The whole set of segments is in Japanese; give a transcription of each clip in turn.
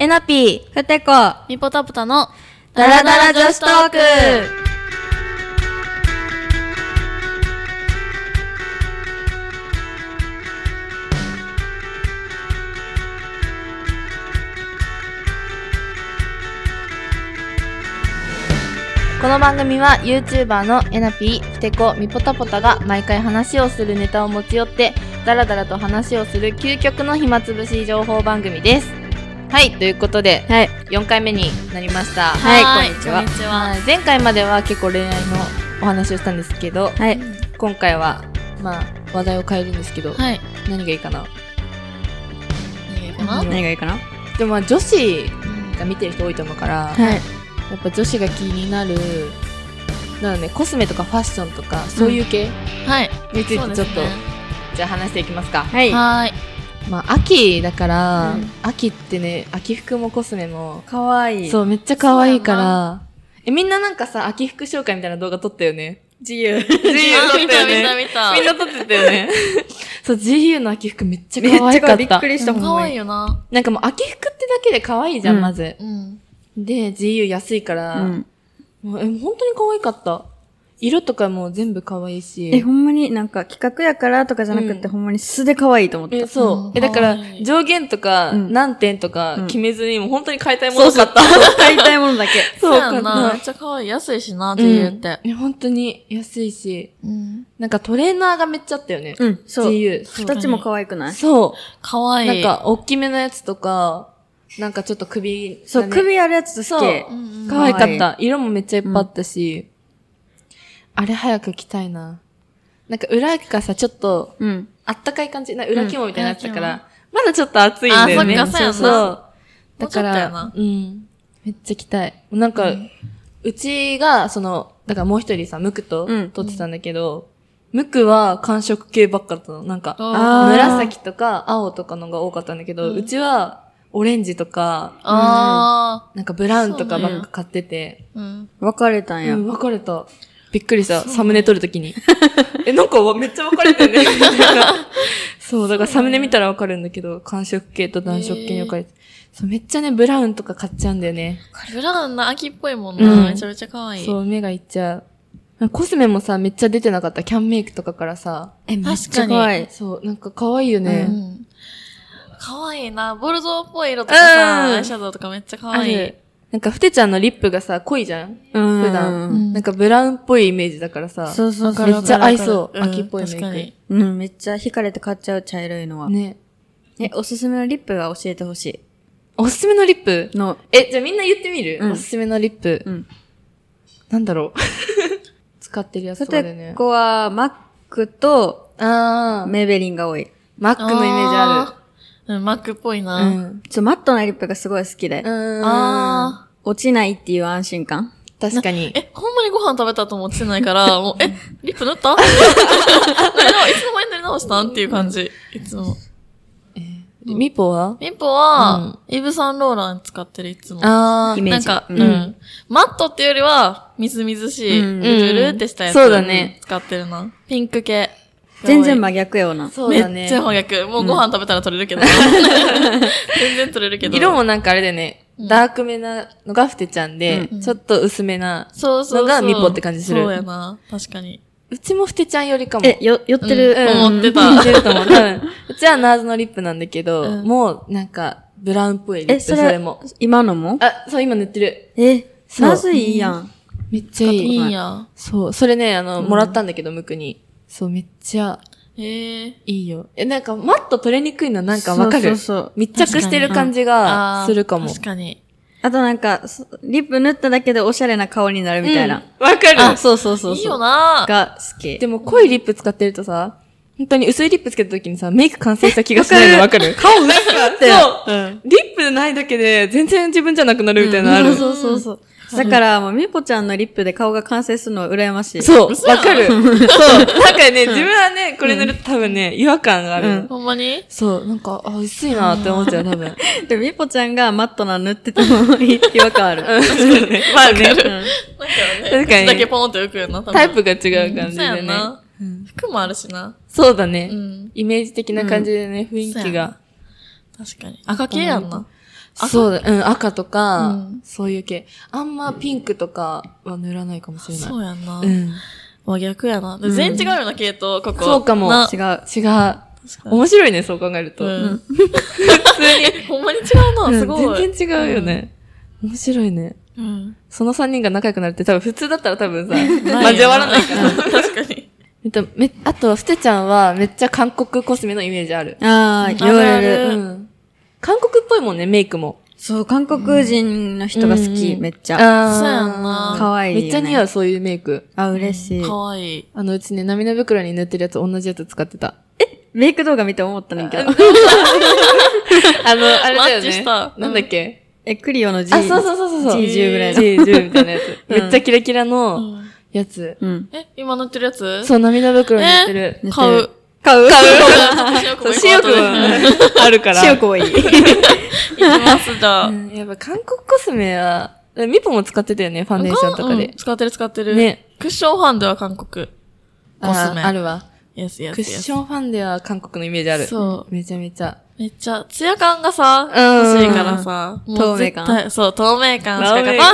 えなぴー、 ふてこ、 みぽたぷたのダラダラ女子トーク。この番組は YouTuber のえなぴー、ふてこ、みぽたぽたが毎回話をするネタを持ち寄ってダラダラと話をする究極の暇つぶし情報番組です。はい、ということで、 はい、 4回目になりました。 はい、こんにちは。 はい、前回までは結構恋愛のお話をしたんですけど、 はい、 今回はまあ話題を変えるんですけど、 はい。 何がいいかな。 何がいいかな。 でもまあ女子が見てる人多いと思うから、 はい、 やっぱ女子が気になるなので、コスメとかファッションとかそういう系はい。 についてちょっと、 そうですねじゃあ話していきますか。 はい、 はい。 まあ秋だから、 うん秋ってね、秋服もコスメもかわいい。 そうめっちゃ可愛いかそうやら、みんななんかさ、秋服紹介みたいな動画撮ったよね。 自由。 自由あ撮ったよね。 見た。 みんな撮ってたよね。そう、GU の秋服めっちゃめっ可愛かった。 ちゃびっくりしたもん。 かわいいよな。 なんかもう秋服ってだけで可愛いじゃん、 うんまず。 うん。 で、GU 安いから、 うん。 もう本当に可愛かった。色とかも全部可愛いし。 ほんまになんか企画やからとかじゃなくて、 うんほんまに素で可愛いと思った。 そう。 うんだから可愛、い上限とか、 うん何点とかうん決めずに、もう本当に買いたいもの買った。 買いたいものだけ。 そうやかんな。めっちゃかわいい。安いしな、って言って。 本当に安いし、 うん。 なんかトレーナーがめっちゃあったよね。 うん、そう。 GU。 形も可愛くない？ そかわう。 いい。 なんか、大きめのやつとか、なんかちょっと首がね、 そう、首あるやつ好き。 そううんうん可愛かった。色もめっちゃいっぱいあったし、あれ早く着たいな。なんか裏がさ、ちょっと、 うん。 あったかい感じ、裏肝みたいなやつだかうんら、まだちょっと暑いんだよね。 あそっかそうやんなそう。だもうちょっとやからな、 めっちゃ着たい。なんか、うちが、だからもう一人さ、ムクとうん撮ってたんだけど、ムクは寒色系ばっかだったの。なんか、 あー紫とか青とかのが多かったんだけど、うちはオレンジとか、 あなんかブラウンとかばっか買ってて、 ー。うん。 別れたんや。 分かれた。びっくりした。サムネ撮るときに。なんかめっちゃ分かれてるね。そう、だからサムネ見たら分かるんだけど、寒色系と暖色系に分かれて。そう、めっちゃね、ブラウンとか買っちゃうんだよね。 ブラウンな秋っぽいもんな。 うんめちゃめちゃかわいい。 そう、目がいっちゃう。コスメもさ、めっちゃ出てなかった。キャンメイクとかからさ。 めっちゃ可愛い。 そう、なんか可愛いようね。 ん。かわいいな。ボルゾーっぽい色とかさ、 うんアイシャドウとかめっちゃかわいい。 ある。なんか、ふてちゃんのリップがさ、濃いじゃんうん。 普段。 うんなんか、ブラウンっぽいイメージだからさ。 そうそうそう。 めっちゃ合いそう。 うん秋っぽいメイク。 確かに。 うん、めっちゃ惹かれて買っちゃう茶色いのは。 ね。 おすすめのリップが教えてほしおすすめのリップい。の、 じゃあみんな言ってみる、 うんおすすめのリップ。 うん。 なんだろう使ってるやつふとかでねて。こは、マックとあー。 メイベリンが多い。 マックのイメージある。うん、マックっぽいる。 な。 マットなリップがすごい好きで。 あ落ちないっていう安心感。 確かに。 ー。ほんまにご飯食べたと思ってないから、もう、リップ塗ったいつの間に塗り直したんっていう感じ。いつも。 ミポはミポは、イヴ・サンローラン使ってる、いつも。 あー。 イメージなんか、 ううんん。マットっていうよりは、みずみずしい、 うんうるるってしたやつ。 そうだね使ってるな。ピンク系。 全然真逆よな。 そうだね。 めっちゃ真逆。もうご飯食べたら取れるけど。全然取れるけど。 色もなんかあれだよね。ダークめなのがふてちゃんで、 うんちょっと薄めな。 そうそうそう。 のがミポって感じするそうやな。確かに。 うちもふてちゃんよりかも。 寄ってる。 思ってた似てると思う。多分。うちはナーズのリップなんだけど、 うんもうなんか、ブラウンっぽいリップ、それも。 今のもあ、そう、今塗ってる。そうまずいいやん。 めっちゃいい。 いいんや。 そう。それね、もらったんだけど、ムクに。そう、めっちゃへえ。 いいよ。なんか、マット取れにくいのなんかわかる。 そうそうそう密着してる感じがするかも。 確かに。 あとなんか、リップ塗っただけでおしゃれな顔になるみたいな。 わかる。 あ、そうそうそうそう。 いいよな。 が好き。 でも、濃いリップ使ってるとさ、本当に薄いリップつけた時にさ、メイク完成した気がしないのわかる。 顔薄くって。 そう、 うん。 リップないだけで全然自分じゃなくなるみたいなのある。 そうそうそう。だから、もう、みぽちゃんのリップで顔が完成するのは羨ましい。 そう、 嘘やんわかる。そう。なんかね、自分はね、これ塗ると多分ね、違和感がある。 ほんまにそう、なんか、薄いなって思っちゃう、多分。 でも、みぽちゃんがマットなの塗っててもいい違和感ある。 まあね。 なんかね、 確かに口だけポンって浮くよな、多分タイプが違う感じそうやでね。 んな。服もあるしな。 そうだね。 うん。 イメージ的な感じでね、雰囲気が。 確かに。赤系やんな。 そうだ、赤とか、 うんそういう系。あんまピンクとかは塗らないかもしれない。 そうやんな。 うん。 まあ逆やな。で全然違うよな、系統、ここ。 そうかもな違う。 違う。面白いね、そう考えると。 うん普通に。 ほんまに違うな、すごい。 全然違うよね。面白いね。 うん。 その3人が仲良くなるって多分普通だったら多分さ、 ないよな交わらないから。 確かに。 あと、ふてちゃんはめっちゃ韓国コスメのイメージある。 ああ、言われる。 うん。韓国っぽいもんね、メイクも。 そう、韓国人の人が好き、めっちゃ。 あーそうやんなかわいいよね。 めっちゃ似合う、そういうメイク。 あ、嬉しい。 かわいい。 うちね、涙袋に塗ってるやつ同じやつ使ってた。 メイク動画見て思ったねんけど。 あれだよマッチねした。 なんだっけクリオの G。 あ、そうそうそうそう。 G10 ぐらいの。 G10 みたいなやつ。 うんめっちゃキラキラうのんやつ。 うん。 今塗ってるやつそう、涙袋に塗ってる。 買う。 買うそう、視力あるから。 塩子多い。 いきます、じゃあ。 やっぱ韓国コスメは、ミポも使ってたよね、ファンデーションとかで。 使ってる使ってる。 ね。 クッションファンデは韓国。コスメ。 あるわ。 イエスイエスクッイエス。 ションファンデは韓国のイメージある。 そう。 めちゃめちゃ。 めっちゃ、ツヤ感がさ、 うん欲しいからさ。もう透明感絶対そう、透明感しか勝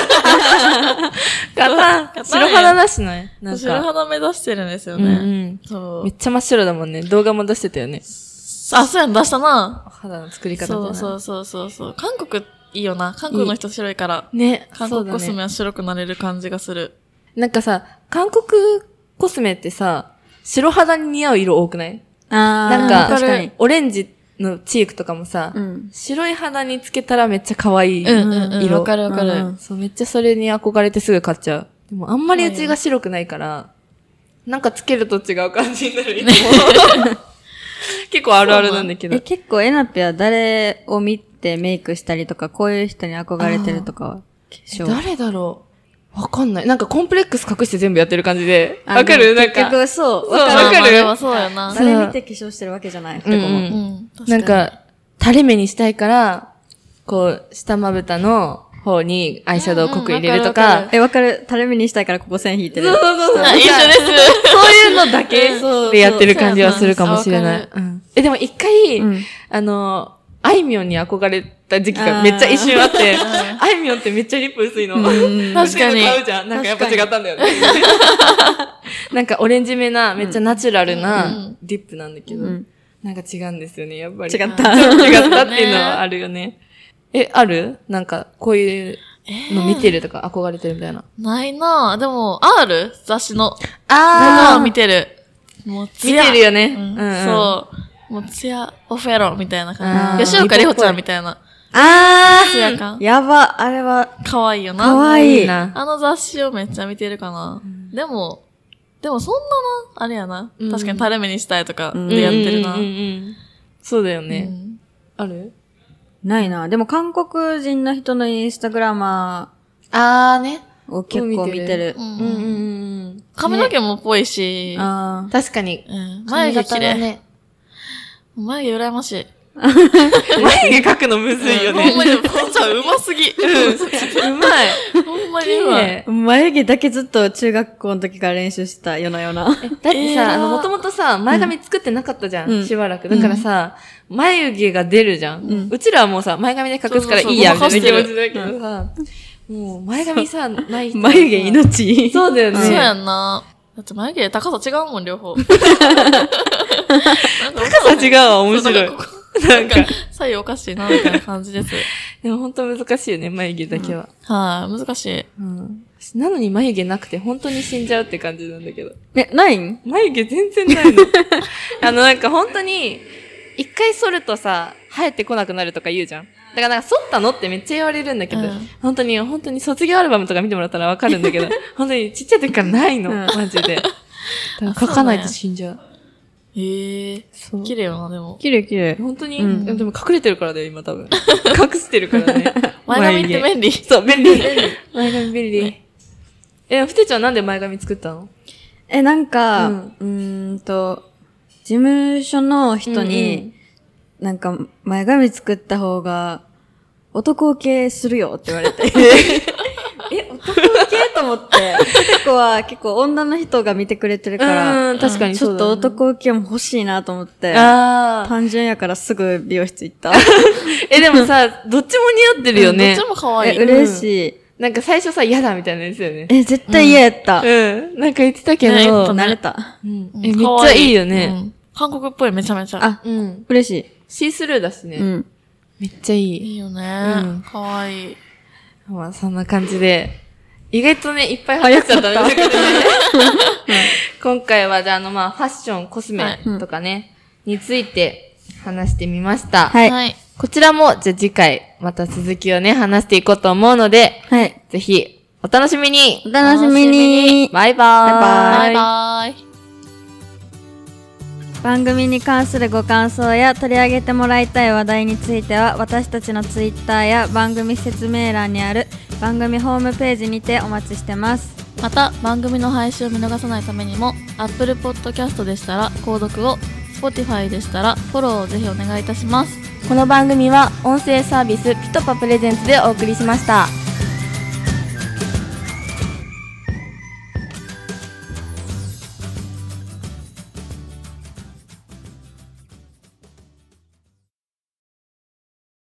たん。 白肌だしないなんか。 白肌目指してるんですようんうね。 ん。 そうめっ。ちゃ真っ白だもんね。動画も出してたよね。 あ、そうやん、出したな。 肌の作り方みたいな。 そうそうそうそう。韓国いいよな。韓国の人白いから。 ね。 韓そうだね国コスメは白くなれる感じがする。 なんかさ、韓国コスメってさ、白肌に似合う色多くないあなんー、 か確かに。 オレンジのチークとかもさ、 うん。 白い肌につけたらめっちゃ可愛いうんうんうん。 色。 わかるわかる。 うんそう、めっちゃそれに憧れてすぐ買っちゃう。でもあんまりうちが白くないから、なんかつけると違う感じになる。いつも結構あるあるなんだけど。 結構エナピは誰を見てメイクしたりとか、こういう人に憧れてるとかは、化粧誰だろうわかんない。なんかコンプレックス隠して全部やってる感じで。 あわかるでもなんか。 結局そう。 そうわかる。 わかるまあでもそうやな。 誰見て化粧してるわけじゃない。 うんうんてこもうん。確なんか、垂れ目にしたいから、こう、下まぶたの方にアイシャドウを濃く入れるとわかるわか。 わかる。垂れ目にしたいからここ線引いてる。 そうそうそうそう。 あ一緒です。 そういうのだけそうでやってる感じはするかもしれなわい。うんでも一回、 うんあいみょんに憧れた時期がめっちゃ一瞬あって、あいみょんってめっちゃリップ薄いの。 確かに買うじゃん。なんかやっぱ違ったんだよね。なんかオレンジめな、めっちゃナチュラルなリップなんだけど、 うんなんか違うんですよね、やっぱり。 違った。 違ったっていうのはあるよね。あるなんか、こういうの見てるとか憧れてるみたいな。 ないなぁ。でも、R? 雑誌の。 あ見てる。もう、ツ見ヤ。 てるよね。 うんうんうんそう。もう、ツヤ、オフェロみたいなあ感ーじ。吉岡里帆ちゃんみたいな。 あツヤ感。 やば、あれは、 可愛いよな。 かわいい。 な。 あの雑誌をめっちゃ見てるかな。でもそんなな、あれやな。 うん確かに垂れ目にしたいとかでやってるな。 うんうんうんうんそうだよね。 うんあるないな。でも韓国人の人のインスタグラマあーね。 ーを結構見てる。 うんうんうんうん。 髪の毛もっぽいし、 あー確かに。 うん眉毛綺麗。 髪型がね。 眉毛羨ましい。 眉毛描くのむずいよね。 ほんまに、ポンちゃんうますぎ。 うまい。 ほんまにうまい。 ね眉毛だけずっと中学校の時から練習したよなよな。 だってさ、もともとさ、前髪作ってなかったじゃん。 うんしばらく。だからさ、眉毛が出るじゃん。 うんうちらはもうさ、前髪で隠すからいいや、みたいな気持ちだけどさ、もう前髪さ、ない人はさ眉毛命。 そうだよね。 そうやんな。だって眉毛高さ違うもん、両方。高高さ違うわ、面白い。 なんか、左右おかしいな、みたいな感じです。 でも本当難しいよね、眉毛だけは。 はい、難しい。 うん。なのに眉毛なくて本当に死んじゃうって感じなんだけど。 ないん眉毛全然ないの。なんか本当に、一回剃るとさ、生えてこなくなるとか言うじゃん。だからなんか剃ったのってめっちゃ言われるんだけど、 うん本当に卒業アルバムとか見てもらったらわかるんだけど、本当にちっちゃい時からないの、 うんマジで。だから描かないと死んじゃう。 へえ。 そう。 綺麗よな、でも。 綺麗綺麗。 本当に、 うんでも隠れてるからだよ、今多分。隠してるからね。 前髪って便利。 そう、便利。前髪便利。ふてちゃんなんで前髪作ったのなんか、 うん事務所の人に、なんか、前髪作った方が、男受けするよって言われて。男受けってと思って。ここは結構女の人が見てくれてるから、 確かにちょっと男受けも欲しいなと思って。単純やからすぐ美容室行った。 でもさ、どっちも似合ってるよね。 どっちも可愛い。 嬉しい。 なんか最初さ、嫌だみたいなんですよね。 絶対嫌やった。 なんか言ってたけど、 慣れた。 めっちゃいいよね。 韓国っぽいめちゃめちゃ。 嬉しい。 シースルーだしね。めっちゃいい。 いいよね。かわいい。 まあ、そんな感じで、意外とね、いっぱい話しちゃったんですけどね。今回はじゃあファッション、コスメとかね、について話してみました。 はい。 こちらも、じゃあ次回、また続きをね、話していこうと思うので、 はい。 ぜひ、お楽しみに。 お楽しみに。 バイバーイ。 バイバーイ。 番組に関するご感想や取り上げてもらいたい話題については、私たちのツイッターや番組説明欄にある番組ホームページにてお待ちしてます。 また、番組の配信を見逃さないためにも、Apple Podcast でしたら購読を、Spotify でしたらフォローをぜひお願いいたします。 この番組は音声サービスピトパプレゼンツでお送りしました。